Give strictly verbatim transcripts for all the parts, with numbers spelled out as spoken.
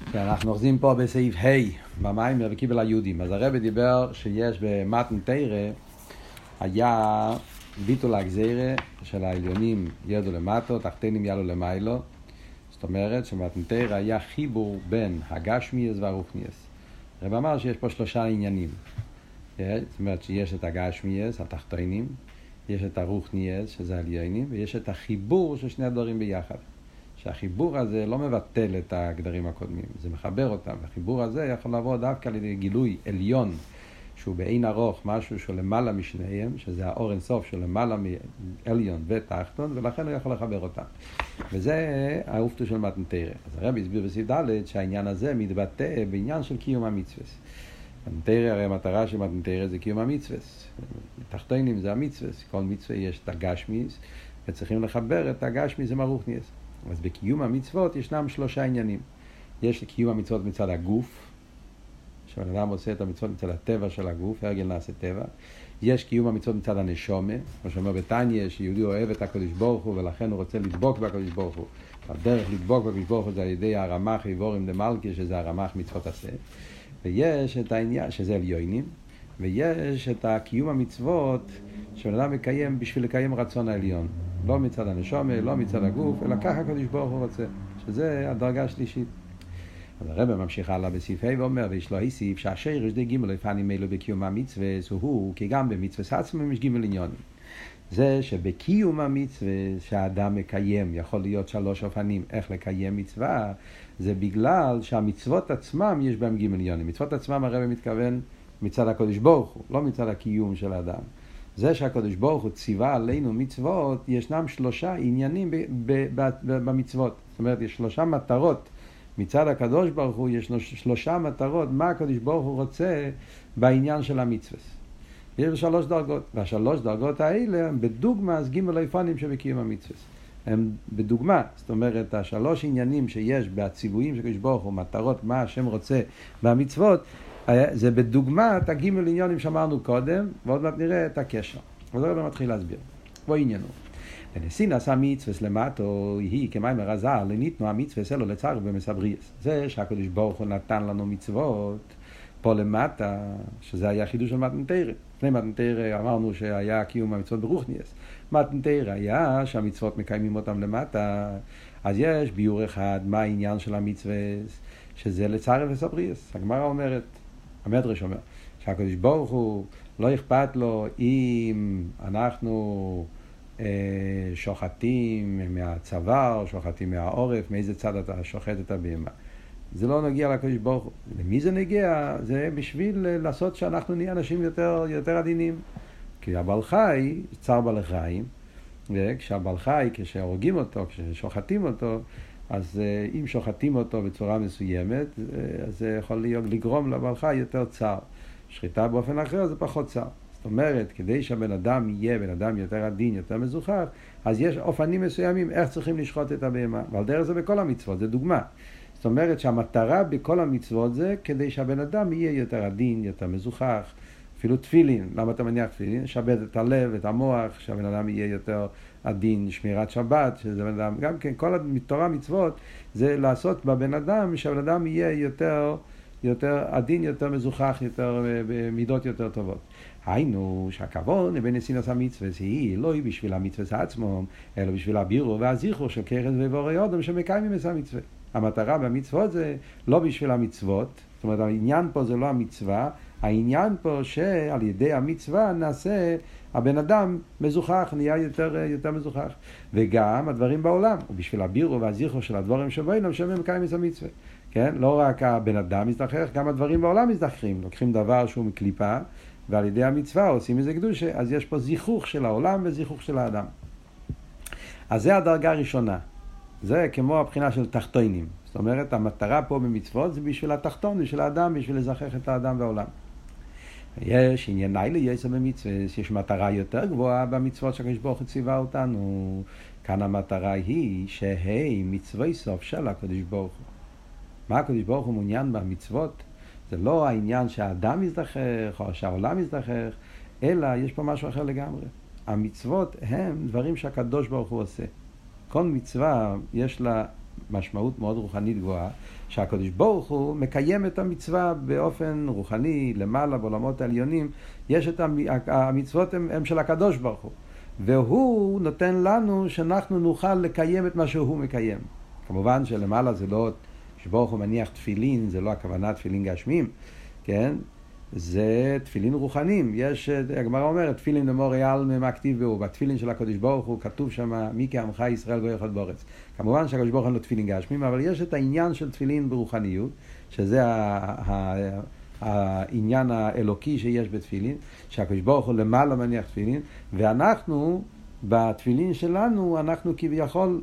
אנחנו אוחזים פה בסעיף ה' במים וקיבל היהודים. אז הרב דיבר שיש במתן תורה היה ביטול הגזירה של העליונים ירדו למטו, תחתינים יעלו למיילו. זאת אומרת שמתן תורה היה חיבור בין הגשמיאס והרוחניאס. הרב אמר שיש פה שלושה עניינים. זאת אומרת שיש את הגשמיאס, התחתינים, יש את הרוחניאס שזה העליונים, ויש את החיבור של שני הדברים ביחד. שהחיבור הזה לא מבטל את הגדרים הקודמים, זה מחבר אותם. החיבור הזה יכול לעבור דווקא לידי גילוי עליון, שהוא בעין ארוך, משהו שהוא למעלה משניהם, שזה האור אינסוף של למעלה מעליון ותחתון, ולכן הוא יכול לחבר אותם. וזה האופתו של מתן תורה. אז הרב הסביר בסעיף ד' שהעניין הזה מתבטא בעניין של קיום המצוות. מתן תורה, הרי המטרה של מתן תורה זה קיום המצוות. תחתונים זה המצוות, כל מצווה יש את הגשמיס, וצריכים לחבר את הגשמיס עם הרוחניאס. אז בקיום המצוות ישנם שלושה עניינים. יש קיום המצוות מצד הגוף, שבן אדם עושה את המצוות מצד הטבע של הגוף, הרגל נעשה טבע. יש קיום המצוות מצד הנשומה, כמו שאומר בתניא, שיהודי אוהב את הקדוש ברוך הוא, ולכן הוא רוצה לדבוק בקדוש ברוך הוא. הדרך לדבוק בקדוש ברוך הוא זה על ידי הרמ"ח איבורים דמלכי, שזה הרמ"ח מצוות עשה. ויש את העניין, שזה עליונים, ויש את הקיום המצוות שבן אדם מקיים בשביל לקיים רצון העליון. לא מצד הנשומה, לא מצד הגוף, אלא ככה הקדוש ברוך הוא רוצה, שזה הדרגה השלישית. אז הרב ממשיך הלאה בסעיף ה' ואומר, ויש לו איסיף שהשרש די גימל לפנים אלו בקיום המצווה, הוא כי גם במצווה עצמם יש גימל עניונים. זה שבקיום המצווה שהאדם מקיים, יכול להיות שלוש אופנים איך לקיים מצווה, זה בגלל שהמצוות עצמם יש בהם גימל עניונים. מצוות עצמם הרב מתכוון מצד הקדוש ברוך הוא, לא מצד הקיום של האדם. זה שהקדוש ברוך הוא ציווה עלינו מצוות, ישנם שלושה עניינים ב- ב- ב- במצוות. זאת אומרת, יש שלושה מטרות. מצד הקדוש ברוך הוא יש שלושה מטרות, מה הקדוש ברוך הוא רוצה בעניין של המצוות. יש שלוש דרגות, והשלוש דרגות האלה הם בדוגמה, אז ג' אופנים שבקיום המצוות. הם בדוגמה, זאת אומרת, השלוש עניינים שיש בציוויים של הקדוש ברוך הוא, מטרות, מה השם רוצה במצוות, זה בדוגמת הגימל עניונים שאמרנו קודם, ועוד מעט נראה את הקשר. אז זה מתחיל להסביר. בוא עניינו. לנסינס המצווס למטו היא כמים הרזל, לניתנו המצווס אלו לצער במסבריאס. זה שהקדוש ברוך הוא נתן לנו מצוות פה למטה, שזה היה חידוש של מתן תורה. לפני מתן תורה אמרנו שהיה קיום המצוות ברוחניאס. מתן תורה היה שהמצוות מקיימים אותם למטה, אז יש ביור אחד מה העניין של המצווס, שזה לצער ומסבריאס. הגמרא אומרת, המדרש אומר, שהקדוש ברוך הוא לא אכפת לו אם אנחנו אה, שוחטים מהצוואר, שוחטים מהעורף, מאיזה צד אתה שוחט את הבהמה. זה לא נגיע לקדוש ברוך הוא. למי זה נגיע? זה בשביל לעשות שאנחנו נהיה אנשים יותר, יותר עדינים. כי הבעל חי, צער בעלי חיים, וכשהבעל חי, כשהורגים אותו, כששוחטים אותו, אז אם שוחטים אותו בצורה מסוימת, אז זה יכול להיות לגרום לבעל חי יותר צער. שחיטה באופן אחר זה פחות צער. זאת אומרת, כדי שהבן אדם יהיה בן אדם יותר עדין, יותר מזוכח, אז יש אופנים מסוימים איך צריכים לשחוט את הבהמה. ועל דרך זה בכל המצוות, זה דוגמה. זאת אומרת שהמטרה בכל המצוות זה כדי שהבן אדם יהיה יותר עדין, יותר מזוכח. אפילו תפילין, למה אתה מניח תפילין? שבת את הלב, את המוח, שהבן אדם יהיה יותר עדין, שמירת שבת, שזה בן אדם, גם כן, כל התורה מצוות זה לעשות בבן אדם, שהבן אדם יהיה יותר, יותר עדין, יותר מזוכח, יותר, במידות יותר טובות. היינו, שהכוון בין נסינס המצווה היא לא היא בשביל המצווה עצמו, אלא בשביל הבירו והזיכור של כרך ובורא אדם שמקיימים את המצווה. המטרה במצוות זה לא בשביל המצוות, זאת אומרת, העניין פה זה לא המצווה, העניין פה שעל ידי המצווה נעשה הבן אדם מזוכח, נהיה יותר, יותר מזוכח. וגם הדברים בעולם, ובשביל הבירו והזיכרו של הדברים שבאים, שהם מקיים את המצווה. כן? לא רק הבן אדם מזדחך, גם הדברים בעולם מזדחכים. לוקחים דבר שהוא מקליפה, ועל ידי המצווה עושים איזה קדושה, אז יש פה זיכוך של העולם וזיכוך של האדם. אז זה הדרגה הראשונה. זה כמו הבחינה של תחתונים. זאת אומרת, המטרה פה במצוות זה בשביל התחתון, בשביל האדם, בשביל לזכח את האדם והעולם. יש עניין נעילה יסע במצווה, יש מטרה יותר גבוהה במצוות שהקדוש ברוך הוא ציווה אותנו. כאן המטרה היא שהי מצווי סוף של הקדוש ברוך הוא. מה הקדוש ברוך הוא מעוניין במצוות? זה לא העניין שהאדם יזדחך או שהעולם יזדחך, אלא יש פה משהו אחר לגמרי. המצוות הם דברים שהקדוש ברוך הוא עושה. כל מצווה יש לה משמעות מאוד רוחנית גבוהה, שהקדוש ברוך הוא מקיים את המצווה באופן רוחני, למעלה בעולמות העליונים, יש את המצוות הם, הם של הקדוש ברוך הוא, והוא נותן לנו שאנחנו נוכל לקיים את מה שהוא מקיים. כמובן שלמעלה זה לא, שברוך הוא מניח תפילין, זה לא הכוונה תפילין גשמים, כן? זה תפילין רוחנים. יש, הגמרא אומרת, תפילין דמורי עלמא מה כתיב בו, בתפילין של הקדוש ברוך הוא כתוב שם, מי כעמך ישראל גוי אחד בארץ. כמובן שהקדוש ברוך הוא לא תפילין גשמים, אבל יש את העניין של תפילין ברוחניות, שזה ה, ה, העניין האלוקי שיש בתפילין, שהקדוש ברוך הוא למעלה מניח תפילין, ואנחנו, בתפילין שלנו, אנחנו כביכול,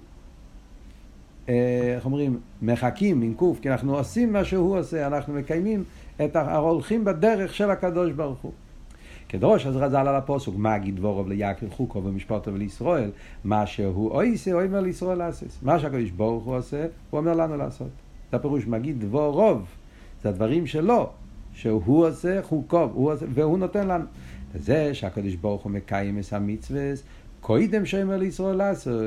איך אומרים, מחכים עם קוף, כי אנחנו עושים מה שהוא עושה, אנחנו מקיימים את ההולכים בדרך של הקדוש ברוך הוא. כדרוש אז רזל על הפוסק, מה גיד דבורוב ליעקב חוקו ומשפטו ולישראל, מה שהוא עושה, הוא אומר לישראל לעשות. מה שהקדוש ברוך הוא עושה, הוא אומר לנו לעשות. זה הפירוש, מגיד דבורוב, זה הדברים שלו, שהוא עושה חוקו, הוא עושה, והוא נותן לנו. זה שהקדוש ברוך הוא מקיים את המצוות, קודם שאומר לישראל לעשות.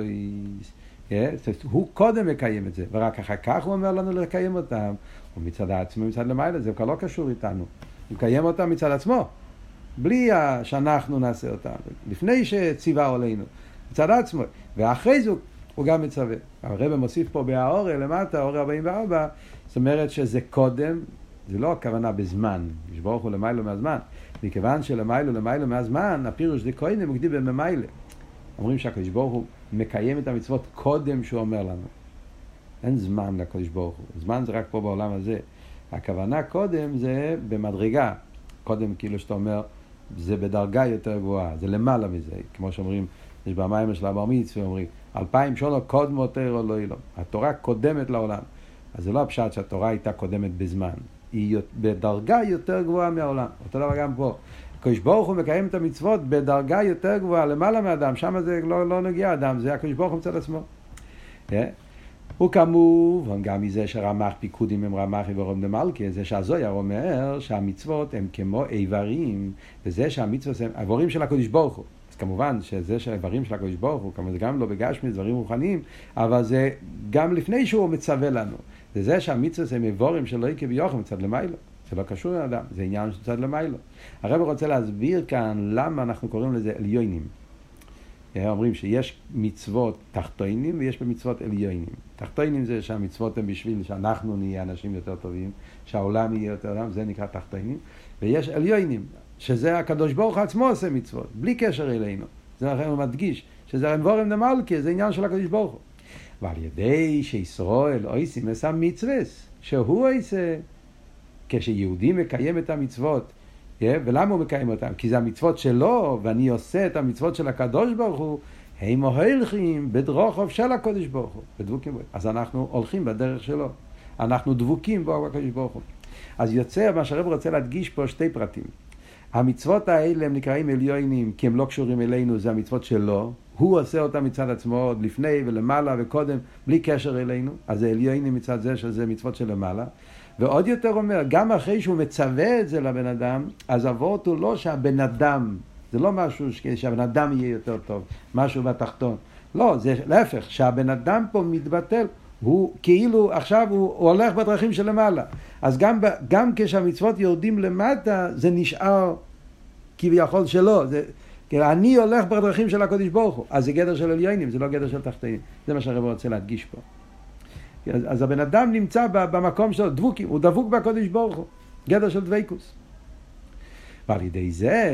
הוא קודם מקיים את זה, ורק אחר כך הוא אומר לנו לקיים אותם, ומצד עצמו, מצד למעלה, זה כבר לא קשור איתנו. הוא מקיים אותם מצד עצמו, בלי שאנחנו נעשה אותם, לפני שציווה עלינו, מצד עצמו, ואחרי זה הוא גם מצווה. הרב מוסיף פה בהאור למטה, האור ארבעים וארבע, זאת אומרת שזה קודם, זה לא הכוונה בזמן, שברוך הוא למעלה מהזמן, מכיוון שלמעלה למעלה מהזמן, הפירוש זה קודם, הוא כתיב במעלה. אומרים שהקדוש ברוך הוא מקיים את המצוות קודם שהוא אומר לנו. אין זמן לקדוש ברוך הוא. זמן זה רק פה בעולם הזה. הכוונה קודם זה במדרגה. קודם כאילו שאתה אומר, זה בדרגה יותר גבוהה. זה למעלה מזה. כמו שאומרים, יש במים של הבר מצווה, אומרים, אלפיים שנה קודמו תורה לא אילום. התורה קודמת לעולם. אז זה לא הפשט שהתורה הייתה קודמת בזמן. היא בדרגה יותר גבוהה מהעולם. אותו דבר גם פה. הקדוש ברוך הוא מקיים את המצוות בדרגה יותר גבוהה, למעלה מהאדם, שם זה לא, לא נגיע אדם, זה הקדוש ברוך הוא מצד עצמו. Yeah. הוא כמובן גם מזה שרמח פיקודים הם רמח ורום דמלכי, זה שהזויר אומר שהמצוות הם כמו איברים, וזה שהמצוות הם איברים של הקדוש ברוך הוא. אז כמובן שזה שהאיברים של הקדוש ברוך הוא, כמובן זה גם לא בגשמי, דברים רוחניים, אבל זה גם לפני שהוא מצווה לנו. זה זה שהמצוות הם איברים שלא יקב יוחם מצד למיילו. זה לא קשור לאדם, זה עניין של צד למיילו. הרב רוצה להסביר כאן למה אנחנו קוראים לזה עליונים. אומרים שיש מצוות תחתונים ויש במצוות עליונים. תחתונים זה שהמצוות הן בשביל שאנחנו נהיה אנשים יותר טובים, שהעולם יהיה יותר טוב, זה נקרא תחתונים. ויש עליונים, שזה הקדוש ברוך הוא עצמו עושה מצוות, בלי קשר אלינו. זה לכן הוא מדגיש, שזה רמבורם דמלכי, זה עניין של הקדוש ברוך הוא. ועל ידי שישראל עושים את המצוות, שהוא עושה, כשיהודי מקיים את המצוות, yeah, ולמה הוא מקיים אותם? כי זה המצוות שלו, ואני עושה את המצוות של הקדוש ברוך הוא, הם הולכים בדרוכו של הקדוש ברוך הוא, בדבוקים בו. אז אנחנו הולכים בדרך שלו, אנחנו דבוקים בו הקדוש ברוך הוא. אז יוצא, מה שהרב רוצה להדגיש פה שתי פרטים. המצוות האלה הם נקראים עליונים, כי הם לא קשורים אלינו, זה המצוות שלו, הוא עושה אותם מצד עצמו, עוד לפני ולמעלה וקודם, בלי קשר אלינו, אז זה עליונים מצד זה שזה מצוות של למעלה. ועוד יותר אומר, גם אחרי שהוא מצווה את זה לבן אדם, אז אבות הוא לא שהבן אדם, זה לא משהו שהבן אדם יהיה יותר טוב, משהו בתחתון. לא, זה להפך, שהבן אדם פה מתבטל, הוא כאילו עכשיו הוא, הוא הולך בדרכים של למעלה. אז גם, גם כשהמצוות יורדים למטה, זה נשאר כביכול שלו. זה, אני הולך בדרכים של הקדוש ברוך הוא. אז זה גדר של עליונים, זה לא גדר של תחתונים. זה מה שהרב רוצה להדגיש פה. אז, אז הבן אדם נמצא במקום שלו, דבוקים, הוא דבוק בקדוש ברוך הוא, גדר של דבקות. ועל ידי זה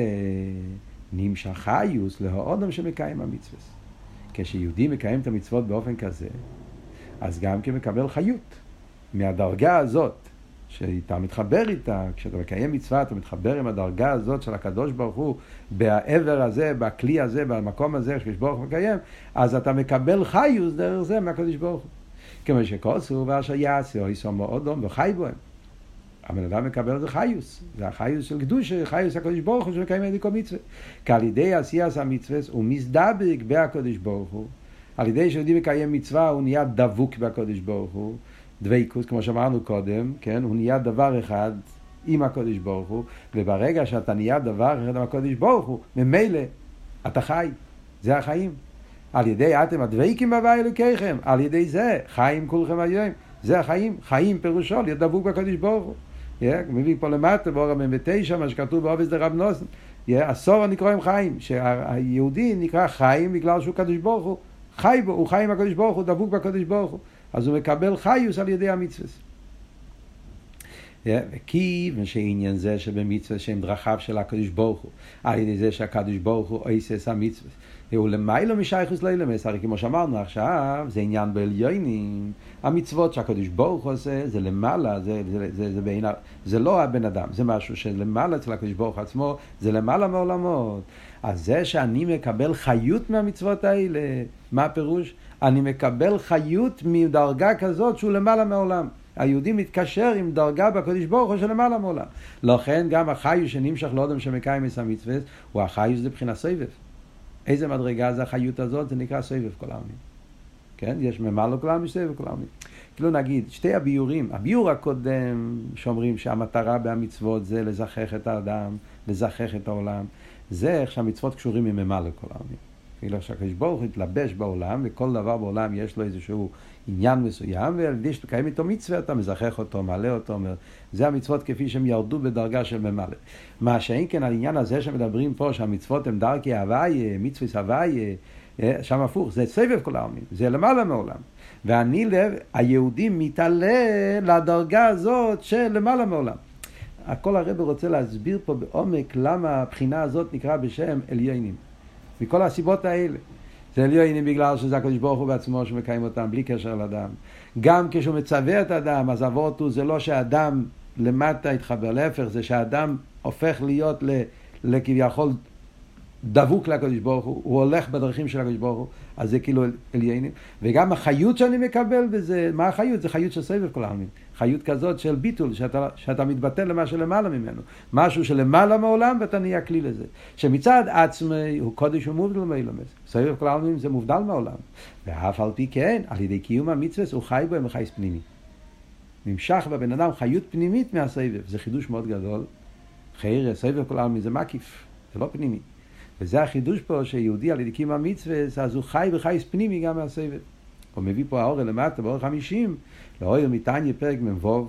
נמשך חיוס להאדם שמקיים המצוות. כשיהודי מקיים את המצוות באופן כזה, אז גם כמקבל חיות מהדרגה הזאת, שאתה מתחבר איתה, כשאתה מקיים מצווה, אתה מתחבר עם הדרגה הזאת של הקדוש ברוך הוא, בעבר הזה, בכלי הזה, במקום הזה, שקדוש ברוך הוא מקיים, אז אתה מקבל חיוס דרך זה מהקדוש ברוך הוא. כמו שכוסו, ואשר יעשה, או יסומו אודום, וחי בוהם. הבן אדם מקבל את זה חיוס. זה החיוס של קדוש, חיוס הקדוש ברוך הוא, שמקיים את כל מצווה. כי על ידי עשיית המצווה, הוא מזדבק בהקדוש ברוך הוא. על ידי שיהודי מקיים מצווה, הוא נהיה דבוק בהקדוש ברוך הוא. דבקות, כמו שאמרנו קודם, כן? הוא נהיה דבר אחד עם הקדוש ברוך הוא, וברגע שאתה נהיה דבר אחד עם הקדוש ברוך הוא, ממילא אתה חי. זה החיים. על ידי אתם הדבקים בהווי אלוקיכם, על ידי זה חיים כולכם היום. זה החיים, חיים פירושו, להיות דבוק בקדוש ברוך הוא. מביא פה למטה, באור המ"ם ותשע, מה שכתוב בעובס דרב נוסן. עשור נקראים חיים, שהיהודי נקרא חיים בגלל שהוא קדוש ברוך הוא. חי בו, הוא חי עם הקדוש ברוך הוא, דבוק בקדוש ברוך הוא. אז הוא מקבל חיוס על ידי המצווה. וכי ושעניין זה שבמצווה שהם דרכיו של הקדוש ברוך הוא, על ידי זה שהקדוש ברוך הוא עושה המצווה, הוא למיילו משייכוס לאילומס, הרי כמו שאמרנו עכשיו, זה עניין בעליונים, המצוות שהקדוש ברוך הוא עושה, זה למעלה, זה, זה, זה, זה, בעיני, זה לא הבן אדם, זה משהו שלמעלה אצל הקדוש ברוך עצמו, זה למעלה מעולמות. אז זה שאני מקבל חיות מהמצוות האלה, מה הפירוש? אני מקבל חיות מדרגה כזאת שהוא למעלה מעולם. היהודי מתקשר עם דרגה בקדוש ברוך הוא שלמעלה מעולם. לכן גם החיוס שנמשך לאדם שמקיים את המצוות, הוא החיוס לבחינת סובב. איזה מדרגה זה החיות הזאת? זה נקרא סובב כל העלמין. כן? יש ממלא כל העלמין, סובב כל העלמין. כאילו נגיד, שתי הביורים, הביור הקודם שאומרים שהמטרה בהמצוות זה לזכח את האדם, לזכח את העולם, זה איך שהמצוות קשורים עם ממלא כל העלמין. כאילו שהקדוש ברוך הוא התלבש בעולם, וכל דבר בעולם יש לו איזשהו עניין מסוים, ועל ידי שתקיים איתו מצווה, אתה מזכח אותו, מעלה אותו, אומר, זה המצוות כפי שהם ירדו בדרגה של ממלא. מה שאין כן על העניין הזה שמדברים פה, שהמצוות הם דרכי הוויה, מצווה הוויה, שם הפוך, זה סבב כל העלמין, זה למעלה מעולם. ואני לב, היהודי מתעלה לדרגה הזאת של למעלה מעולם. הכל הרב רוצה להסביר פה בעומק למה הבחינה הזאת נקרא בשם עליונים. מכל הסיבות האלה. זה עליונים בגלל שזה הקדוש ברוך הוא בעצמו שמקיים אותם בלי קשר לאדם. גם כשהוא מצווה את האדם, אז אבות הוא, זה לא שהאדם למטה יתחבר, להפך, זה שהאדם הופך להיות לכביכול דבוק לקדוש ברוך הוא, הוא הולך בדרכים של הקדוש ברוך הוא, אז זה כאילו עליונים. וגם החיות שאני מקבל בזה, מה החיות? זה חיות של סבב כל העלמין. חיות כזאת של ביטול, שאתה, שאתה מתבטל למה שלמעלה ממנו. משהו שלמעלה מעולם ואתה נהיה כלי לזה. שמצד עצמי הוא קודש ומובדל מאילומס. סבב כל העלמין זה מובדל מהעולם. ואף על פי כן, על ידי קיום המצווה הוא חי בו עם חייס פנימי. נמשך בבן אדם חיות פנימית מהסבב. זה חידוש מאוד גדול. חייר, סבב כל העלמין זה מקיף, זה לא פנימי. וזה החידוש פה שיהודי על ידי קיום המצווה, אז הוא חי בחייס פנימי גם מהסבב. הוא מביא פה האור למטה, באור חמישים, לאור מתניה פרק ממבוב,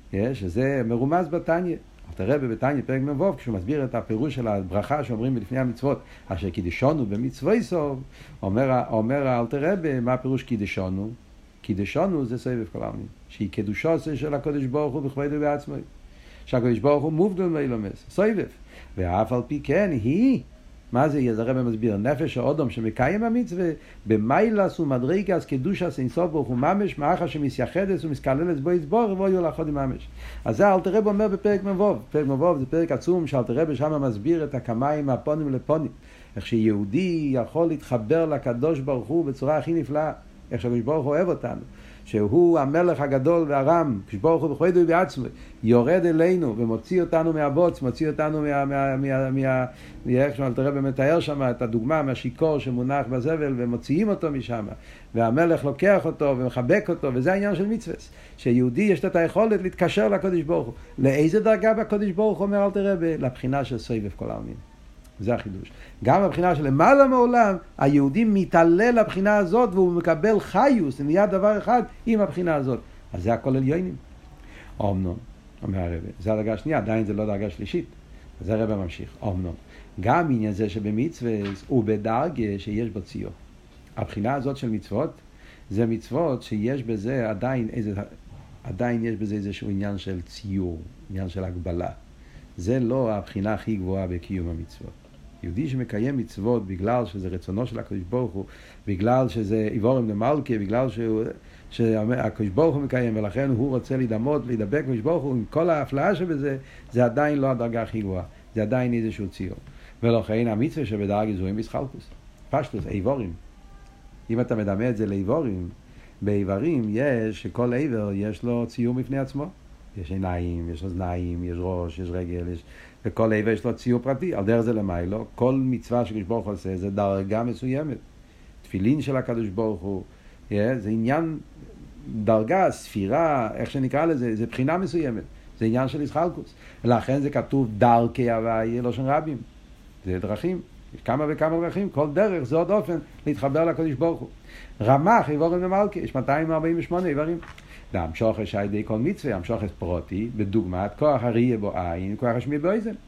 שזה מרומז בתניה. תראה בבתניה פרק ממבוב, כשהוא מסביר את הפירוש של הברכה שאומרים לפני המצוות, אשר קידשונו במצווי סוב, אומר, אומר אל תראה מה הפירוש קידשונו? קידשונו זה סבב כל העלמין, שהיא קדושו של הקדוש ברוך הוא בכבודו בעצמו. שהקדוש ברוך הוא מובדל מאילומס, סבב. ואף על פי כן היא, מה זה? אז הרב מסביר, נפש האדם שמקיים המצווה, במיילס ומדרגס קדושת אין סוף ברוך הוא ממש, מאחר שמסייחדס ומסקללס בו יסבור, ובו יהיו לאחד עם ממש. אז זה אלתר רב אומר בפרק מבוב. פרק מבוב זה פרק עצום שאלתר רב שם מסביר את הקמיים מהפונים לפונים. איך שיהודי יכול להתחבר לקדוש ברוך הוא בצורה הכי נפלאה. איך שהקדוש ברוך הוא אוהב אותנו. שהוא המלך הגדול והרם, הקדוש ברוך הוא בכבודו בעצמו, יורד אלינו ומוציא אותנו מהבוץ, מוציא אותנו מה... מה, מה, מה איך שאלתר רב מתאר שם את הדוגמה מהשיקור שמונח בזבל, ומוציאים אותו משם, והמלך לוקח אותו ומחבק אותו, וזה העניין של מצווה. שיהודי יש את היכולת להתקשר לקדוש ברוך הוא. לאיזה דרגה בקדוש ברוך הוא אומר אלתר רב? לבחינה של סובב כל העלמין. זה החידוש. גם בבחינה של למעלה מעולם, היהודי מתעלה לבחינה הזאת, והוא מקבל חיוס, זה נהיה דבר אחד עם הבחינה הזאת. אז זה הכל עליונים. אומנון, אומר הרב, זה הדרגה השנייה, עדיין זה לא דרגה שלישית. אז הרב ממשיך, אומנון. גם עניין זה שבמצווה הוא בדרגה שיש בו ציור. הבחינה הזאת של מצוות, זה מצוות שיש בזה עדיין איזה, עדיין יש בזה איזשהו עניין של ציור, עניין של הגבלה. זה לא הבחינה הכי גבוהה בקיום המצוות. יהודי שמקיים מצוות בגלל שזה רצונו של הקדוש ברוך הוא, בגלל שזה איבורם למלכה, בגלל שהוא, שהקדוש ברוך הוא מקיים, ולכן הוא רוצה להידמות, להידבק הקדוש ברוך הוא, עם כל ההפלאה שבזה, זה עדיין לא הדרגה הכי גבוהה. זה עדיין איזשהו ציור. ולכן המצווה שבדרגה זו עם מסחלקוס. פשטוס, איבורים. אם אתה מדמה את זה לאיבורים, באיברים יש, שכל איבר יש לו ציור מפני עצמו. יש עיניים, יש אוזניים, יש ראש, יש רגל, יש... וכל איבר יש לו ציור פרטי. על דרך זה למיילו, כל מצווה שקדוש ברוך הוא עושה, זה דרגה מסוימת. תפילין של הקדוש ברוך הוא, yeah, זה עניין, דרגה, ספירה, איך שנקרא לזה, זה בחינה מסוימת. זה עניין של ישחלקוס. ולכן זה כתוב דרכי הוויה, לא של רבים. זה דרכים. יש כמה וכמה דרכים, כל דרך זה עוד אופן להתחבר לקדוש ברוך הוא. רמ"ח איבורים למלכה, יש מאתיים ארבעים ושמונה איברים. המשוחס על ידי כל מצווה, המשוחס פרוטי, בדוגמת כוח הראייה בו עין, כוח השמיע בו אוזן.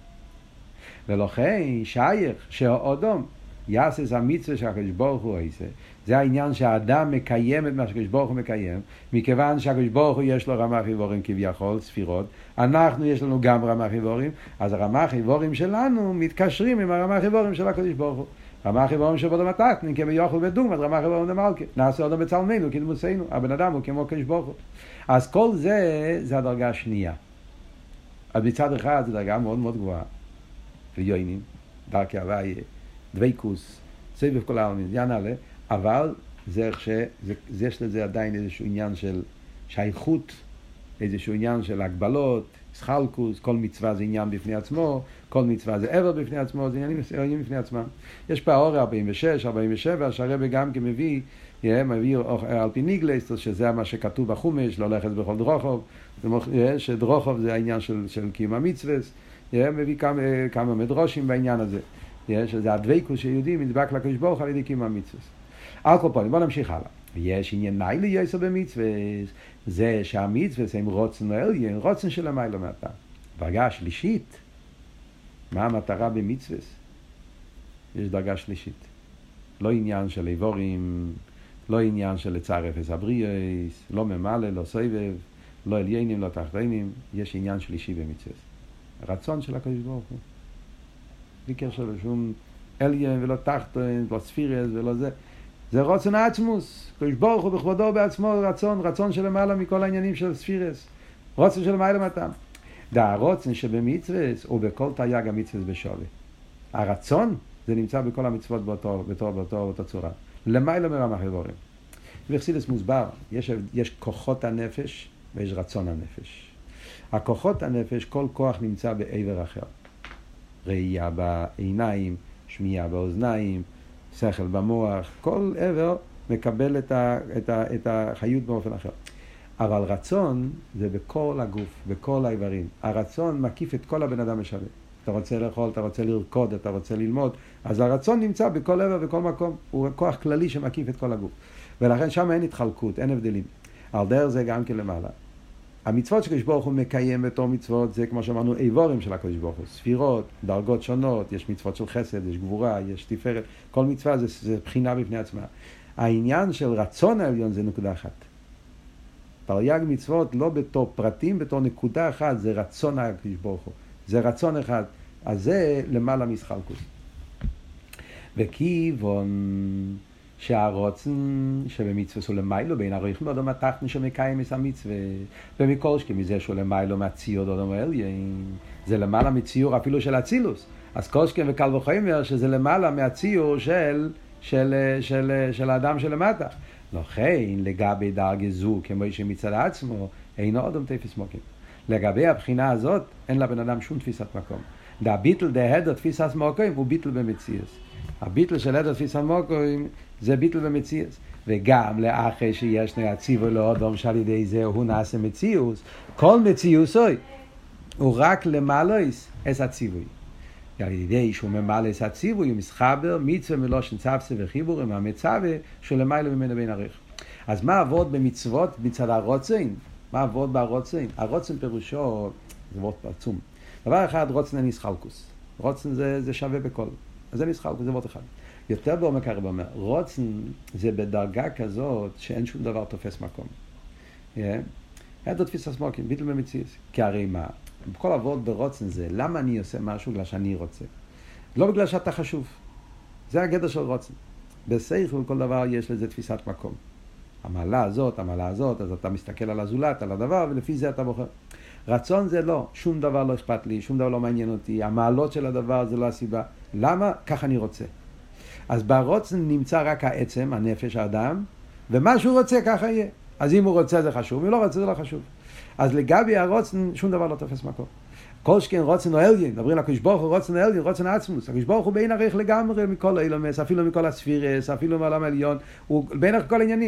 ולכן שייך שהאדם יעשה את המצווה שהקדוש ברוך הוא עושה. זה העניין שהאדם מקיים את מה שהקדוש ברוך הוא מקיים, מכיוון שהקדוש ברוך הוא יש לו רמ"ח איבורים כביכול, ספירות, אנחנו יש לנו גם רמ"ח איבורים, אז הרמ"ח איבורים שלנו מתקשרים עם הרמ"ח איבורים של הקדוש ברוך הוא. רמ"ח איבורים של בדם התחתונים כביכול בדוגמת רמ"ח איבורים למלכה, נעשה אדם בצלמנו כדמותנו, הבן אדם הוא כמו הקדוש ברוך הוא. אז כל זה זה הדרגה השנייה. אז מצד אחד זו דרגה מאוד מאוד גבוהה, ויוענים, דרכי הוויה, דוויקוס, סביב כל העלמין, ינעלה, אבל זה איך שזה, יש לזה עדיין איזשהו עניין של שייכות, איזשהו עניין של הגבלות, סחלקוס, כל מצווה זה עניין בפני עצמו, כל מצווה זה עבר בפני עצמו, זה עניינים, עניינים בפני עצמם. יש פעור ארבעים ושש, ארבעים ושבע, שהרבא גם כמביא, מביא על פי ניגלס, שזה מה שכתוב בחומש, לא ללכת בכל דרוכוב, שדרוכוב זה העניין של, של קיום המצווס, מביא כמה, כמה מדרושים בעניין הזה, שזה הדוויקוס שיהודי נדבק לקדוש ברוך על ידי קיום המצווס. על כל פנים, בוא נמשיך הלאה. יש עניין ניילה יסר במצווה, זה שהמצווה הם רוצן עליון, רוצן של המילה מעתה. דרגה שלישית, מה המטרה במצווה? יש דרגה שלישית. לא עניין של איבורים, לא עניין של לצער אפס הבריאס, לא ממלא, לא סובב, לא עליינים, לא תחתינים, יש עניין שלישי במצווה. הרצון של הקדוש ברוך הוא. בלי קשר לשום עליין ולא תחתין, לא ספירס ולא זה. זה רוצן העצמוס, קדוש ברוך הוא בכבודו בעצמו רצון, רצון של למעלה מכל העניינים של ספירס, רוצן של למעלה מתם. דה הרוצן שבמצווס הוא בכל תייג המצווס בשווה. הרצון זה נמצא בכל המצוות באותו, באותו, באותו, באותו צורה. למעלה מרמ"ח איבורים. בחסידות מוסבר, יש, יש כוחות הנפש ויש רצון הנפש. הכוחות הנפש, כל כוח נמצא בעבר אחר. ראייה בעיניים, שמיעה באוזניים, שכל במוח, כל עבר מקבל את, ה, את, ה, את החיות באופן אחר. אבל רצון זה בכל הגוף, בכל האיברים. הרצון מקיף את כל הבן אדם משווה. אתה רוצה לאכול, אתה רוצה לרקוד, אתה רוצה ללמוד, אז הרצון נמצא בכל עבר, בכל מקום. הוא כוח כללי שמקיף את כל הגוף. ולכן שם אין התחלקות, אין הבדלים. על דרך זה גם כן למעלה. המצוות שקדוש ברוך הוא מקיים בתור מצוות, זה כמו שאמרנו, איבורים של הקדוש ברוך הוא, ספירות, דרגות שונות, יש מצוות של חסד, יש גבורה, יש תפארת, כל מצווה זה, זה בחינה בפני עצמה. העניין של רצון העליון זה נקודה אחת. תרי"ג מצוות לא בתור פרטים, בתור נקודה אחת, זה רצון הקדוש ברוך הוא, זה רצון אחד, אז זה למעלה מסחלקוס. וכיוון שהרוצן שבמצווה הוא למיילו בין הרויחים באדם התחתון שמקיים את המצווה ומכל שכי מזה שהוא למיילו מהציור אדם העליון זה למעלה מציור אפילו של אצילוס, אז כל שכן וקל וחומר שזה למעלה מהציור של, של, של, של האדם שלמטה. לכן לגבי דרגה זו כמו שמצד עצמו אינו אדם תפס מוקים. לגבי הבחינה הזאת אין לבן אדם שום תפיסת מקום. דה ביטל דה הדר תפיסת מוקים הוא ביטל במציאס. הביטל של הדר תפיסת מוקים זה ביטל במציאס. וגם לאחרי שיש נעציבו לאדם שעל ידי זה הוא נעשה מציאוס, כל מציאוס הוא רק למעלויס את הציווי. על ידי שהוא ממלא את הציווי הוא מסחבר מצווה מלושן צווסה וחיבור עם המצווה שלמעלה ממנו בין ערך. אז מה עבוד במצוות מצד הרוצן? מה עבוד ברוצן? הרוצן פירושו זה עבוד עצום. דבר אחד, רוצן אין ישחלקוס. רוצן זה, זה שווה בכל. אז זה ישחלקוס, זה עבוד אחד. יותר בעומק הרבה אומר, רוצן זה בדרגה כזאת שאין שום דבר תופס מקום. אין דו תפיס הסמוקים, ביטל במציאס. כי הרי מה? בכל עבוד ברוצן זה, למה אני עושה משהו בגלל שאני רוצה? לא בגלל שאתה חשוב. זה הגדר של רוצן. בשכל כל דבר יש לזה תפיסת מקום. המעלה הזאת, המעלה הזאת, אז אתה מסתכל על הזולת, על הדבר, ולפי זה אתה בוחר. רצון זה לא, שום דבר לא אכפת לי, שום דבר לא מעניין אותי, המעלות של הדבר זה לא הסיבה. למה? כך אני רוצה. אז ברוצן נמצא רק העצם, הנפש, האדם, ומה שהוא רוצה ככה יהיה. אז אם הוא רוצה זה חשוב, אם לא רוצה זה לא חשוב. אז לגבי הרוצן שום דבר לא תופס מקום. כל שכן רוצן או עליון, מדברים לקדוש ברוך הוא רוצן עליון, רוצן עצמוס. הקדוש ברוך הוא בין ערך לגמרי מכל האילומס, אפילו מכל הספירס, אפילו מעולם העליון, הוא בין ערך כל העניינים.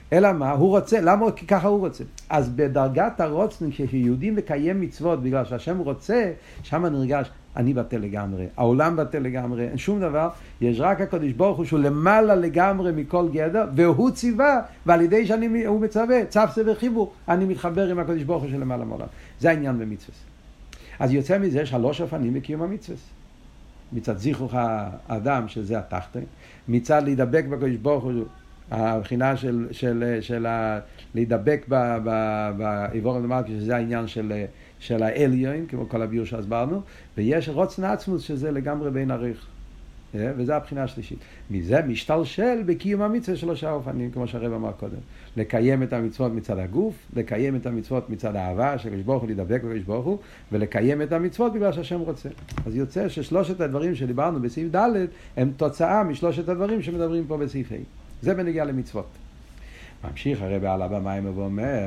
אלא מה? הוא רוצה, למה? כי ככה הוא רוצה. אז בדרגת הרוצן, כשיהודים מקיים מצוות בגלל שהשם רוצה, שם נרגש, אני בטל לגמרי, העולם בטל לגמרי, אין שום דבר, יש רק הקדוש ברוך הוא שהוא למעלה לגמרי מכל גדר, והוא ציווה, ועל ידי שהוא מצווה, צפצה וחיבור, אני מתחבר עם הקדוש ברוך הוא של למעלה מעולם. זה העניין במצוות. אז יוצא מזה שלוש אופנים בקיום המצוות. מצד זיכרוך האדם, שזה התחתון, מצד להידבק בקדוש ברוך הוא, הבחינה של, של, של ה, להידבק בעיבור למעלה, שזה העניין של, של העליון, כמו כל הביור שהסברנו, ויש רוצן עצמוס, שזה לגמרי בין עריך. וזה הבחינה השלישית. מזה משתלשל בקיום המצווה שלושה אופנים, כמו שהרב אמר קודם. לקיים את המצוות מצד הגוף, לקיים את המצוות מצד האהבה, שקדוש ברוך הוא להידבק בקדוש ברוך הוא, ולקיים את המצוות בגלל שהשם רוצה. אז יוצא ששלושת הדברים שדיברנו בסעיף ד' הם תוצאה משלושת הדברים שמדברים פה בסעיף ה'. זה בנגיע למצוות. ממשיך הרב על הבמה ואומר,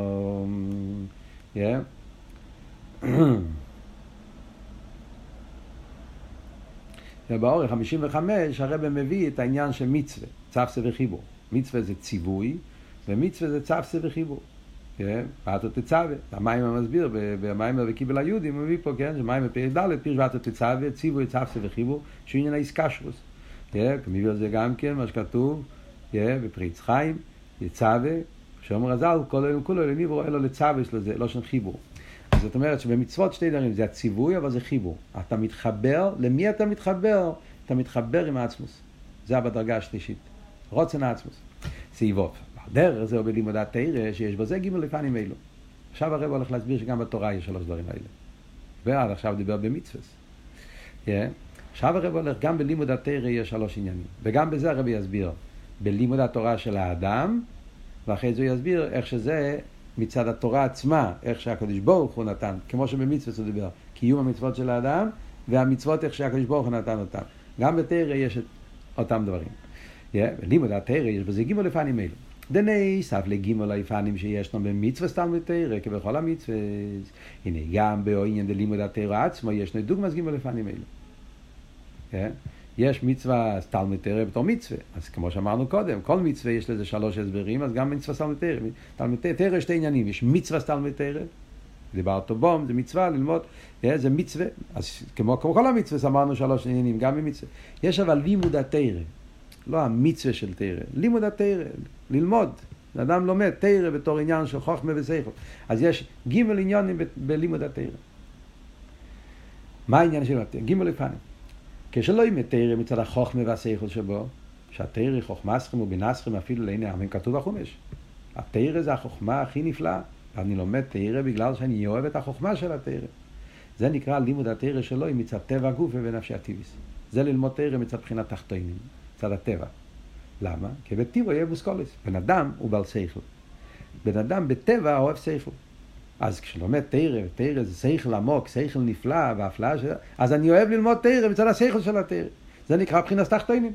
yeah. ובאורך חמישים וחמש הרב מביא את העניין של מצווה, צפצה וחיבור. מצווה זה ציווי, ומצווה זה צפצה וחיבור. ואתו תצווה, המים המסביר, במים וקיבל היהודים, הוא מביא פה, כן, שמים בפרק ד' פירש ואתו תצווה, ציווי, צפצה וחיבור, שהוא עניין האיסקשרוס. מביא על זה גם כן, מה שכתוב, בפריץ חיים, יצווה, שאומר הזל, כל אלו כולו, למי ברוא אלו לצווה שלו, זה לא שם חיבור. זאת אומרת שבמצוות שתי דברים, זה הציווי, אבל זה חיבור. אתה מתחבר, למי אתה מתחבר? אתה מתחבר עם העצמוס. זה בדרגה השלישית. רוצן העצמוס. סעיבוב. דרך זה בלימודת תורה, שיש בזה ג' לפנים אלו. עכשיו הרב הולך להסביר שגם בתורה יש שלוש דברים האלה. ועד עכשיו דיבר במצוות. Yeah. עכשיו הרב הולך, גם בלימודת תורה יש שלוש עניינים. וגם בזה הרב יסביר. בלימודת תורה של האדם, ואחרי זה הוא יסביר איך שזה מצד התורה עצמה, איך שהקדוש ברוך הוא נתן, כמו שבמצוות הוא דיבר, קיום המצוות של האדם, והמצוות איך שהקדוש ברוך הוא נתן אותם. גם בתורה יש את אותם דברים. בלימוד התורה יש בזה גימול לפנים אלו. דני סף לגימול לפנים שישנו במצוות תלמוד תורה, כבכל המצוות. הנה גם בעניין דלימוד התורה עצמו, ישנו דוגמס גימול לפנים אלו. יש מצווה תלמוד תורה בתור מצווה, אז כמו שאמרנו קודם, כל מצווה יש לזה שלוש הסברים, אז גם מצווה תלמוד תורה. תלמוד תורה יש שתי עניינים, יש מצווה תלמוד תורה, דיברנו בום, זה מצווה ללמוד, זה מצווה, אז כמו, כמו כל המצווה אמרנו שלוש עניינים, גם במצווה. יש אבל לימוד התורה, לא המצווה של תורה, לימוד התורה, ללמוד. אדם לומד תורה בתור עניין של חוכמה ושכל. אז יש גימל עניינים בלימוד התורה. מה העניין של התורה? גימל לפנים. כשלא יהיה תורה מצד החוכמה והשכל שבו, שהתורה חוכמה סכם ובנסכם אפילו לעיני העמים, כתוב בחומש. התורה זה החוכמה הכי נפלאה. אני לומד תורה בגלל שאני אוהב את החוכמה של התורה. זה נקרא לימוד התורה שלו עם מצד טבע גוף ובנפשי הטבעיס. זה ללמוד תורה מצד בחינת תחתונים, מצד הטבע. למה? כי בטבע יהיה בוסקולס. בן אדם הוא בעל שכל. בן אדם בטבע אוהב שכל. אז כשלומד תורה, תורה זה שכל עמוק, שכל נפלא והפלאה של... אז אני אוהב ללמוד תורה מצד השכל של התורה. זה נקרא בחינת תחתונים.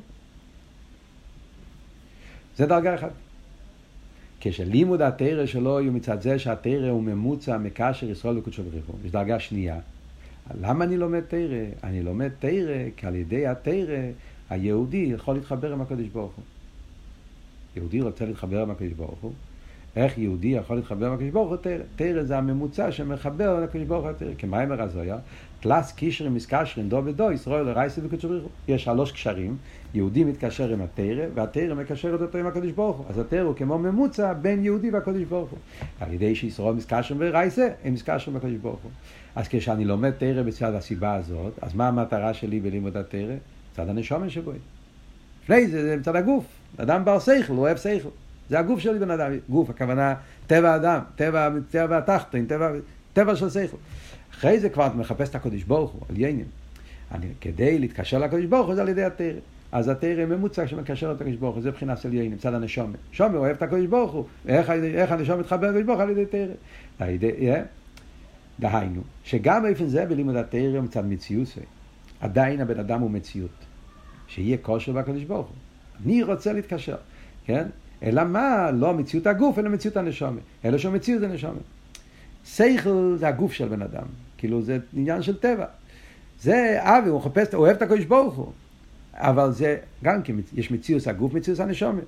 זה דרגה אחת. כשלימוד התורה שלו הוא מצד זה שהתורה הוא ממוצע מקשר ישראל וקודשו ברוך הוא. יש דרגה שנייה. למה אני לומד תורה? אני לומד תורה כי על ידי התורה היהודי יכול להתחבר עם הקדוש ברוך הוא. יהודי רוצה להתחבר עם הקדוש ברוך הוא. איך יהודי יכול להתחבר עם הקדוש ברוך הוא? תורה. תורה זה הממוצע שמחבר עם הקדוש ברוך הוא התורה. כמאמר הזויה, תלס קישרים מסקשרים דו ודו, ישראל לרייסה וקודשו ברוך הוא. יש שלוש קשרים, יהודי מתקשר עם התורה, והתורה מקשרת אותו עם הקדוש ברוך הוא. אז התורה הוא כמו ממוצע בין יהודי והקדוש ברוך הוא. על ידי שישראל מסקשרים ורייסה, הם מסקשרים עם הקדוש ברוך הוא. אז כשאני לומד תורה בצד הסיבה הזאת, אז מה המטרה שלי בלימוד התורה? צד הנשמה שבו. לפני זה, זה מצד הגוף. אדם בר שכל, הוא אוהב שכל. זה הגוף שלי בן אדם. גוף, הכוונה, טבע אדם, טבע, טבע התחתון, טבע, טבע של שכל. אחרי זה כבר מחפש את הקדוש ברוך הוא, על יעניין. אני, כדי להתקשר לקדוש ברוך הוא, זה על ידי התורה. אז התורה ממוצע שמקשר את הקדוש ברוך הוא, זה בחינה של יעניין, צד הנשמה. נשמה אוהב את הקדוש ברוך הוא. איך, איך הנשמה מתחבר לקדוש ברוך הוא? על ידי תורה. על ידי, yeah. דהיינו, שגם איפן זה בלימוד התורה מצד מציאות, עדיין הבן אדם הוא מציאות. שיהיה כושר בקדוש ברוך הוא. אני רוצה להתקשר, כן? אלא מה? לא מציאות הגוף, אלא מציאות הנשמה. אלא שהוא מציאות זה נשמה. שכל זה הגוף של בן אדם. כאילו זה עניין של טבע. זה אבי, הוא חפש, הוא אוהב את הקדוש ברוך הוא. אבל זה גם כי יש מציאות הגוף, מציאות הנשמה.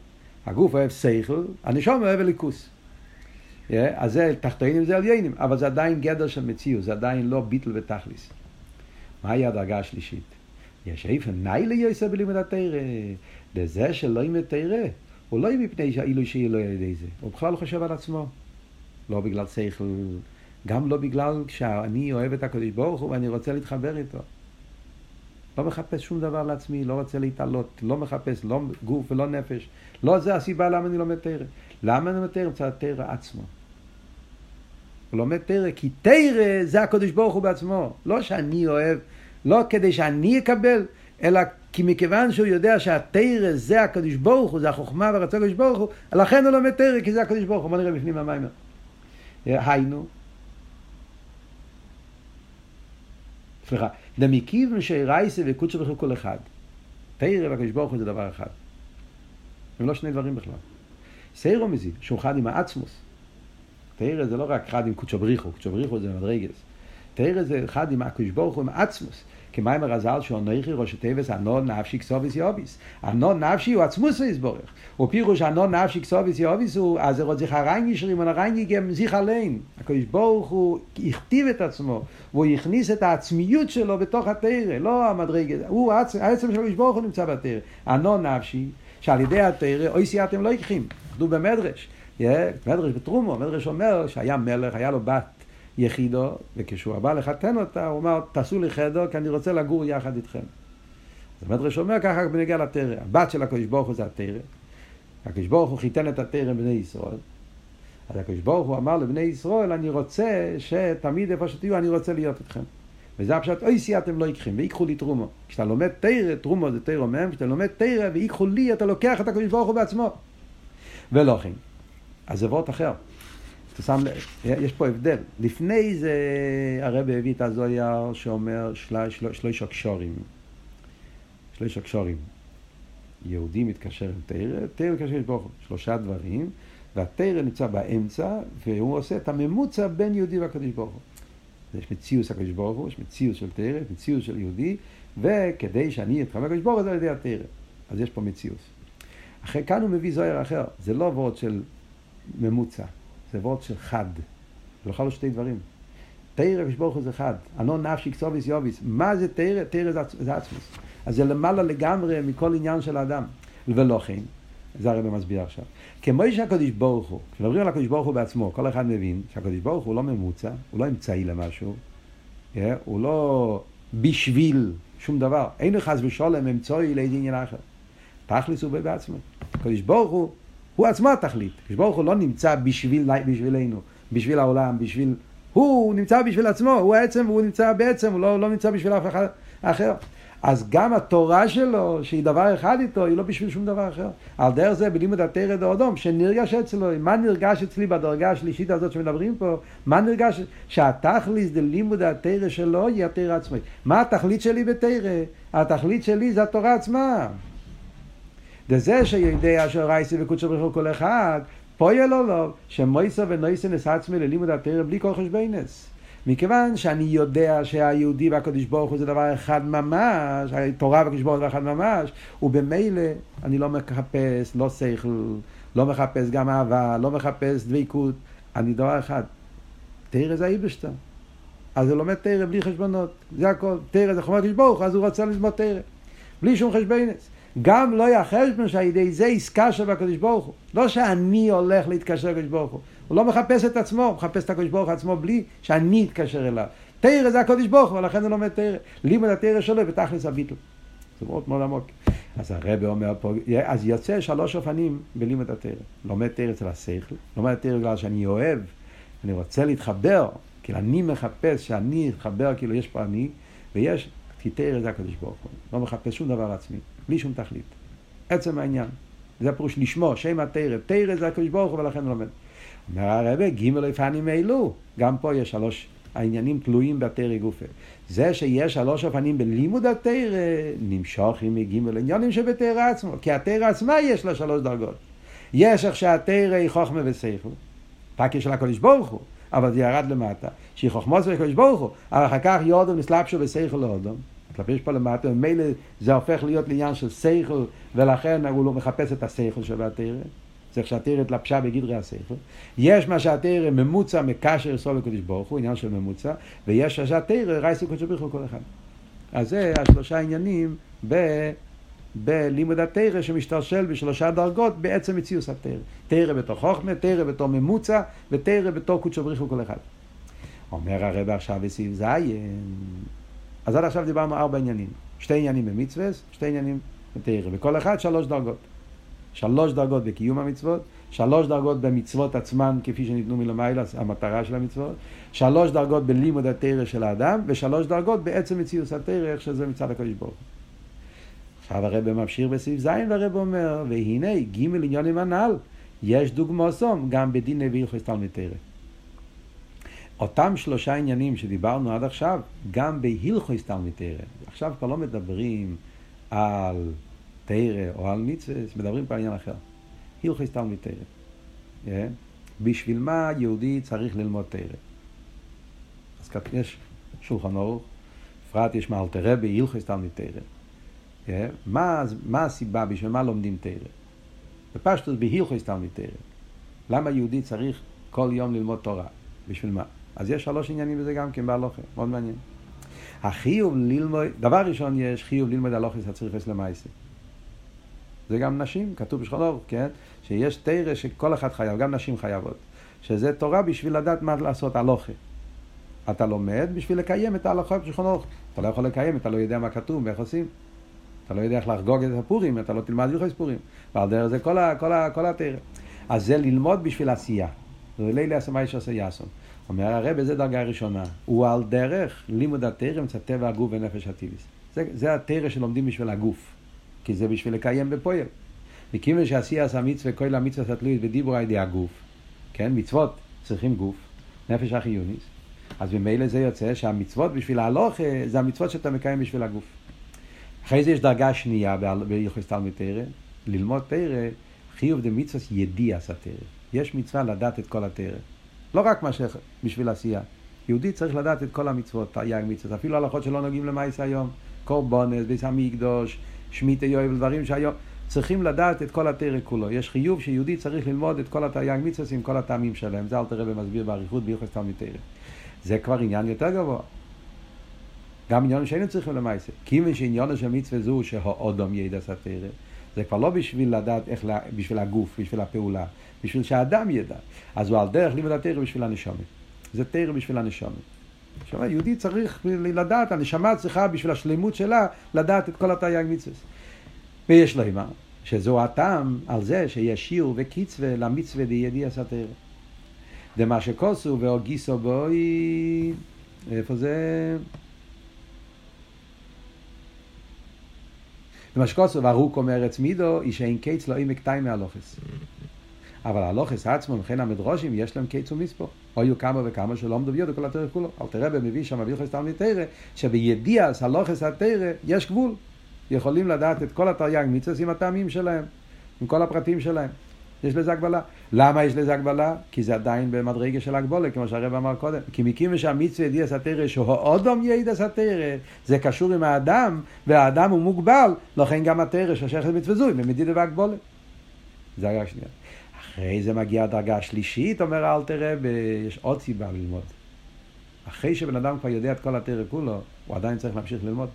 הגוף אוהב שכל, הנשום אוהב ליכוס. Yeah, אז זה תחתונים זה עליינים, אבל זה עדיין גדר של מציאות, זה עדיין לא ביטל ותכליס. מהי הדרגה השלישית? יש איפה ניילה יעשה בלימוד התורה, לזה שלא ילמד תורה, הוא לא מפני שהאילו שיהיה לו על ידי זה, הוא בכלל לא חושב על עצמו. לא בגלל שכל, גם לא בגלל שאני אוהב את הקדוש ברוך הוא ואני רוצה להתחבר איתו. לא מחפש שום דבר לעצמי, לא רוצה להתעלות, לא מחפש לא גוף ולא נפש. לא זה הסיבה למה אני לומד תורה. למה אני לומד תורה? מצד תורה עצמו. הוא לומד תורה כי תורה זה הקדוש ברוך הוא בעצמו. לא שאני אוהב, לא כדי שאני אקבל, אלא כי מכיוון שהוא יודע שהתורה זה הקדוש ברוך הוא, זה החוכמה והרצון הקדוש ברוך הוא, לכן הוא לומד תורה כי זה הקדוש ברוך הוא. בוא נראה בפנים המיימר. היינו, סליחה, דמקיב משיירייסה וקודשא בריך הוא כל אחד. תורה והקדוש ברוך הוא זה דבר אחד. הם לא שני דברים בכלל. סיירו מזיד, שהוא חד עם העצמוס. תורה זה לא רק חד עם קודשא בריך הוא, קודשא בריך הוא זה מדרגס. תורה זה חד עם הקדוש ברוך הוא עם העצמוס. כמיימר הזל שהוא נויכי ראש תיבס ענו נפשי כסוביס יוביס. ענו נפשי הוא עצמוס יסבורך. ופירוש ענו נפשי כסוביס יוביס הוא אז הוא זיך הריין ישרים הריין יגם זיך עליין. הקדוש ברוך הוא הכתיב את עצמו והוא הכניס את העצמיות שלו בתוך התורה, לא המדרגת. הוא העצם של הקדוש ברוך הוא נמצא בתורה. ענו נפשי שעל ידי התורה אוי סייעתם לא יקחים. דו במדרש. מדרש בתרומו, מדרש אומר שהיה מלך, היה לו בת יחידו, וכשהוא בא לחתן אותה, הוא אמר, תעשו לי חדר, כי אני רוצה לגור יחד איתכם. אז המדרש אומר ככה בנגיע לתורה. הבת של הקדוש ברוך הוא זה התורה. הקדוש ברוך הוא חיתן את התורה בני ישראל. אז הקדוש ברוך הוא אמר לבני ישראל, אני רוצה שתמיד איפה שתהיו, אני רוצה להיות איתכם. וזה הפשט, אוי סייעתם לא יקחים, ויקחו לי תרומו. כשאתה לומד תורה, תרומו זה תורה מהם, כשאתה לומד תורה ויקחו לי, אתה לוקח את הקדוש ברוך הוא בעצמו. ולא כן. אז זה וורט אחר. יש פה הבדל. לפני זה הרב הביא את הזויר שאומר שלוש הקשורים. שלוש הקשורים. יהודי מתקשר עם תורה, תורה מתקשר עם ברוך הוא. שלושה דברים, והתורה נמצא באמצע, והוא עושה את הממוצע בין יהודי והקדוש ברוך הוא. יש מציאות הקדוש ברוך הוא, יש מציאות של תורה, מציאות של יהודי, וכדי שאני אתחבר הקדוש ברוך הוא זה על ידי התורה. אז יש פה מציאות. אחרי כאן הוא מביא זויר אחר. זה לא וורט של ממוצע. זה וורט של חד. זה בכלל לא שתי דברים. תורה הקדוש ברוך הוא זה חד. ענו נפשי כסוביס יוביס. מה זה תורה? תורה זה עצמוס. אז זה למעלה לגמרי מכל עניין של האדם. ולא כן. זה הרב מסביר עכשיו. כמו שהקדוש ברוך הוא, כשמדברים על הקדוש ברוך הוא בעצמו, כל אחד מבין שהקדוש ברוך הוא לא ממוצע, הוא לא אמצעי למשהו, הוא לא בשביל שום דבר. אין חס ושלום אמצעי לידי עניין אחר. תכלס הוא בעצמו. הקדוש ברוך הוא הוא עצמו התכלית. הקדוש ברוך הוא לא נמצא בשביל, בשבילנו, בשביל העולם, בשביל... הוא נמצא בשביל עצמו, הוא העצם והוא נמצא בעצם, הוא לא, לא נמצא בשביל אף אחד אחר. אז גם התורה שלו, שהיא דבר אחד איתו, היא לא בשביל שום דבר אחר. על דרך זה בלימוד התורה דאודום, שנרגש אצלו, מה נרגש אצלי בדרגה השלישית הזאת שמדברים פה? מה נרגש? שהתכלית דלימוד התורה שלו היא התורה עצמית. מה התכלית שלי בתורה? התכלית שלי זה התורה עצמה. זה שיודע אשר רייסי וקודשא בריך הוא כל אחד, פועל או לא, שמויסה ונויסה נס עצמי ללימוד התורה בלי כל חשבונס. מכיוון שאני יודע שהיהודי והקדוש ברוך הוא זה דבר אחד ממש, התורה והקדוש ברוך הוא זה דבר אחד ממש, ובמילא אני לא מחפש, לא שכל, לא מחפש גם אהבה, לא מחפש דבקות, אני דבר אחד. תורה זה היבשתא. אז הוא לומד תורה בלי חשבונות, זה הכל. תורה זה חומר הקדוש ברוך הוא, אז הוא רוצה ללמוד תורה. בלי שום חשבונס. גם לא יחשבון שהידי זה עסקה של הקדוש ברוך הוא. לא שאני הולך להתקשר לקדוש ברוך הוא. הוא לא מחפש את עצמו, הוא מחפש את הקדוש ברוך הוא עצמו בלי שאני אתקשר אליו. תורה זה הקדוש ברוך הוא, ולכן הוא לומד תורה. לימוד התורה שלו בתכלס הביטול. זה מאוד מאוד עמוק. אז הרב אומר פה, אז יוצא שלוש אופנים בלימוד התורה. לומד תורה אצל השכל, לומד תורה בגלל שאני אוהב, אני רוצה להתחבר, כאילו אני מחפש שאני אתחבר, כאילו יש פה אני, ויש, כי תורה זה הקדוש ברוך הוא. לא מחפש שום דבר עצמי. בלי שום תכלית. עצם העניין. זה הפירוש לשמו, שם התורה. תורה זה הקדוש ברוך הוא ולכן הוא לומד. אומר הרב, גימל אופנים אלו. גם פה יש שלוש העניינים תלויים בתורה גופה. זה שיש שלוש אופנים בלימוד התורה, נמשכים מגימל עניינים שבתורה עצמו. כי התורה עצמה יש לה שלוש דרגות. יש איך שהתורה היא חוכמה ושכל. תקי של הקדוש ברוך הוא. אבל זה ירד למטה. שהיא חוכמה של הקדוש ברוך הוא. אבל אחר כך יורדו נסלבשו בשכל לאודום. מתלבש פה למטה, ומילא זה הופך להיות לעניין של שכל, ולכן הוא לא מחפש את השכל שבתורה. צריך שהתורה התלבשה בגדרי השכל. יש מה שהתורה ממוצע מקשר יסוד לקדוש ברוך הוא, עניין של ממוצע, ויש שהתורה רייס לקדוש ברוך הוא כל אחד. אז זה השלושה עניינים ב... בלימוד התורה שמשתרשל בשלושה דרגות בעצם מציאות התורה. תורה בתור חוכמה, תורה בתור ממוצע, ותורה בתור קודש ברוך הוא כל אחד. אומר הרב עכשיו בסעיף זין. אז עד עכשיו דיברנו ארבע עניינים. שתי עניינים במצוות, שתי עניינים בתורה. בכל אחד שלוש דרגות. שלוש דרגות בקיום המצוות, שלוש דרגות במצוות עצמן כפי שניתנו מלמעלה, המטרה של המצוות, שלוש דרגות בלימוד התורה של האדם, ושלוש דרגות בעצם מציאות התורה, איך שזה מצד הקדוש ברוך הוא. עכשיו הרב ממשיך בסעיף זין, והרב אומר, והנה ג' עניונים הנ"ל, יש דוגמאוסם גם בדיני והלכות תלמוד תורה. אותם שלושה עניינים שדיברנו עד עכשיו, גם בהלכות תלמוד תורה. עכשיו כבר לא מדברים על תורה או על מצוות, מדברים פה על עניין אחר. הלכות תלמוד תורה. בשביל מה יהודי צריך ללמוד תורה? אז כאן יש שולחן ערוך, בפרט יש מאלתר רבי, הלכות תלמוד תורה. מה, מה הסיבה, בשביל מה לומדים תורה? בפשטות בהלכות תלמוד תורה. למה יהודי צריך כל יום ללמוד תורה? בשביל מה? אז יש שלוש עניינים בזה גם כן בהלכה, מאוד מעניין. החיוב ללמוד, דבר ראשון יש חיוב ללמוד הלכות הצריכות למעשה. זה גם נשים, כתוב בשולחן ערוך, כן? שיש תורה שכל אחד חייב, גם נשים חייבות. שזה תורה בשביל לדעת מה לעשות הלכה. אתה לומד בשביל לקיים את ההלכה בשולחן ערוך. אתה לא יכול לקיים, אתה לא יודע מה כתוב, ואיך עושים. אתה לא יודע איך לחגוג את הפורים, אתה לא תלמד הלכות פורים. ועל דרך זה כל ה, כל ה, כל התורה. אז זה ללמוד בשביל עשייה. זה לילה הסמאי שעשה יעשון. אומר הרב, זה דרגה ראשונה. הוא על דרך לימוד התורה מצד טבע הגוף ונפש הטבעית. זה, זה התורה שלומדים בשביל הגוף. כי זה בשביל לקיים בפועל. מכיוון שעשייה עשה מצווה, כל המצווה תלוית בדיבור על ידי הגוף. כן, מצוות צריכים גוף, נפש החיונית. אז במילא זה יוצא שהמצוות בשביל ההלכה, זה המצוות שאתה מקיים בשביל הגוף. אחרי זה יש דרגה שנייה בהלכות תלמוד תורה, ללמוד תורה, חיוב דמצוות ידיע עשה תורה. יש מצווה לדעת את כל התורה. לא רק מה שבשביל עשייה. יהודי צריך לדעת את כל המצוות, תרי"ג מצוות, אפילו הלכות שלא נוגעים למעשה היום, קורבנות, בית המקדש, שמיטה יובל, דברים שהיום צריכים לדעת את כל התורה כולו. יש חיוב שיהודי צריך ללמוד את כל התרי"ג מצוות עם כל הטעמים שלהם. זה אל תראה ומסביר באריכות בהלכות תלמוד תורה. זה כבר עניין יותר גבוה. גם עניין שאיננו צריכים למעשה. כיוון שעניין של מצווה זו שהאדם ידע את התורה, זה כבר לא בשביל לדעת איך, בשביל הגוף, בשביל הפעולה, בשביל שהאדם ידע. אז הוא על דרך לימוד התורה בשביל הנשמה. זה תורה בשביל הנשמה. עכשיו, יהודי צריך לדעת, הנשמה צריכה בשביל השלמות שלה, לדעת את כל התרי"ג מצוות. ויש לו אימה, שזו הטעם על זה שיש שיעור וקיצווה למצווה דידיע סתר. דמה שכוסו והוגיסו בוי, איפה זה? דמה שכוסו והרוקו מארץ מידו, היא שאין קיץ לא עמק תאי מהלוכס. אבל הלוכס עצמו, מכן המדרושים, יש להם קיץ ומספור. היו כמה וכמה שלא עמדו ביודו כל התורה כולו. אל תראה במביא שם בהלכות תלמוד תורה, שבידיע הלוכס התורה יש גבול. יכולים לדעת את כל התרי"ג מצוות עם הטעמים שלהם, עם כל הפרטים שלהם. יש לזה הגבלה. למה יש לזה הגבלה? כי זה עדיין במדרגה של הגבולה, כמו שהרב אמר קודם. כי מכיוון שהמצווה ידיע סתרה, שהאדם ידע סתרה, זה קשור עם האדם, והאדם הוא מוגבל, לכן גם התורה ששייכת מצווה זו, במדידה והגבולה. זה הגבלה שנייה. אחרי זה מגיעה הדרגה השלישית, אומר אל תראה, יש עוד סיבה ללמוד. אחרי שבן אדם כבר יודע את כל התורה כולו, הוא עדיין צריך להמשיך ללמוד.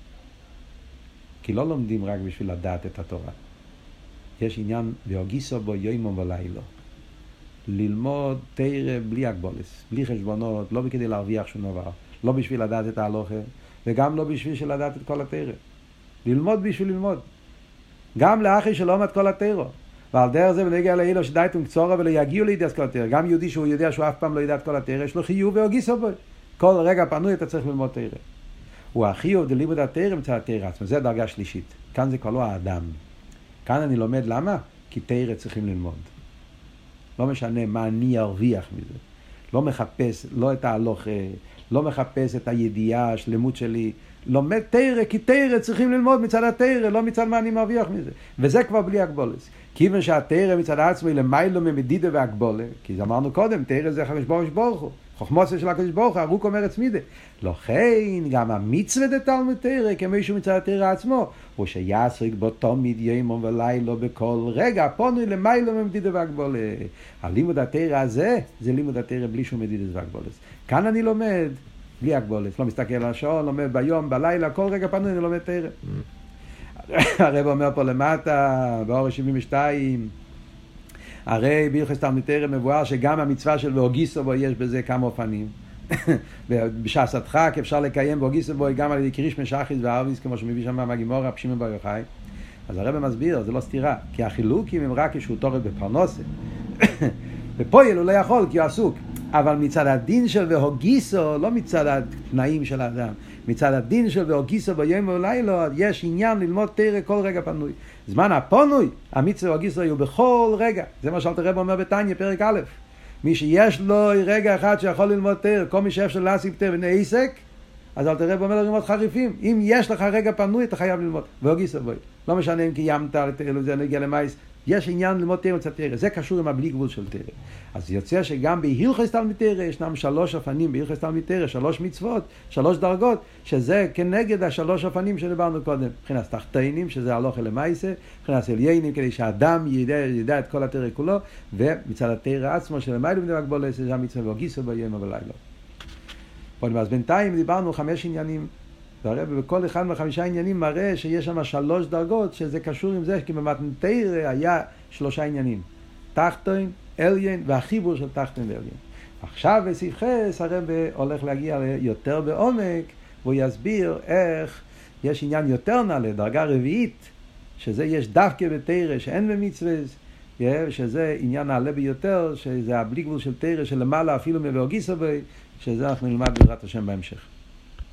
כי לא לומדים רק בשביל לדעת את התורה. יש עניין והוגיסו בו יומו ולילה. ללמוד תורה בלי הגבולס, בלי חשבונות, לא כדי להרוויח שום דבר, לא בשביל לדעת את ההלכה, וגם לא בשביל לדעת את כל התורה. ללמוד בשביל ללמוד. גם לאחי שלא עומד כל התורה. ועל דרך זה ולהגיע לאילו שדייתם קצורה ולא יגיעו לידי את כל התורה. גם יהודי שהוא יודע שהוא אף פעם לא ידע את כל התורה, יש לו חיוב והוגיסו בו. כל רגע פנוי אתה צריך ללמוד תורה. הוא החיוב דלימוד התורה מצד התורה עצמו. זה דרגה שלישית. כאן זה כבר לא האדם. כאן אני לומד למה? כי תורה צריכים ללמוד. לא משנה מה אני ארוויח מזה. לא מחפש, לא את ההלכה, לא מחפש את הידיעה, השלמות שלי. לומד תורה, כי תורה צריכים ללמוד מצד התורה, לא מצד מה אני מרוויח מזה. וזה כבר בלי הגבולס. כיוון שהתורה מצד עצמו היא למיילו ממדידה והגבולה, כי זה אמרנו קודם, תורה זה חמש ברוך ברוך הוא. חוכמוסו של הקדוש ברוך הוא, הרוק אומר עצמידה. לכן גם המצווה דתלמוד תורה, כמו שהוא מצווה התורה עצמו, הוא שיעסוק בו תמיד יומם ולילה בכל רגע, פונוי למיילו ממדידה והגבולה. הלימוד התורה הזה, זה לימוד התורה בלי שום מדידה והגבולת. כאן אני לומד בלי הגבולת, לא מסתכל על השעון, לומד ביום, בלילה, כל רגע פנוי אני לומד תורה. הרב אומר פה למטה, באור שבעים ושתיים, הרי בהלכות תלמוד תורה מבואר שגם המצווה של והוגיסו בו יש בזה כמה אופנים. בשעת הדחק אפשר לקיים והוגיסו בו גם על ידי קריש משחיס וערביס, כמו שמביא שם מהגימור רב שמעון בר יוחאי. אז הרב מסביר, זה לא סתירה, כי החילוקים הם רק כשהוא תורף בפרנסה. בפועל הוא לא יכול כי הוא עסוק, אבל מצד הדין של והוגיסו, לא מצד התנאים של האדם, מצד הדין של והוגיסו ביום ולילה, יש עניין ללמוד תורה כל רגע פנוי. זמן הפנוי, המצווה והוגיסו יהיו בכל רגע. זה מה שאלתר רב אומר בתניא, פרק א'. מי שיש לו רגע אחד שיכול ללמוד תורה, כל מי שאפשר להשיג תורה בני עסק, אז אלתר רב אומר ללמוד חריפים. אם יש לך רגע פנוי, אתה חייב ללמוד. והוגיסו בו. לא משנה אם קיימת, זה נגיע למייס. יש עניין ללמוד תורה מצד תורה. זה קשור עם הבלי גבול של תורה. אז יוצא שגם בהלכות תלמוד תורה ישנם שלוש אופנים בהלכות תלמוד תורה, שלוש מצוות, שלוש דרגות, שזה כנגד השלוש אופנים שדיברנו קודם. מבחינת תחתונים, שזה הלכה למעשה, מבחינת עליינים, כדי שהאדם ידע, ידע את כל התורה כולו, ומצד התורה עצמו של המיילו בני הגבולת, שזה המצווה והוגיסו ביום ובלילה. אז בינתיים דיברנו חמש עניינים, והרב בכל אחד מהחמישה עניינים מראה שיש שם שלוש דרגות, שזה קשור עם זה, כי במתן תורה היה שלושה עניינים. תחתון, עליין והחיבור של תחתון ועליין. עכשיו בסעיף חס הרב הולך להגיע יותר בעומק, והוא יסביר איך יש עניין יותר נעלה, דרגה רביעית, שזה יש דווקא בתורה שאין במצווה, שזה עניין נעלה ביותר, שזה הבלי גבול של תורה שלמעלה אפילו מבהוגיסו בו, שזה אנחנו נלמד בעזרת השם בהמשך.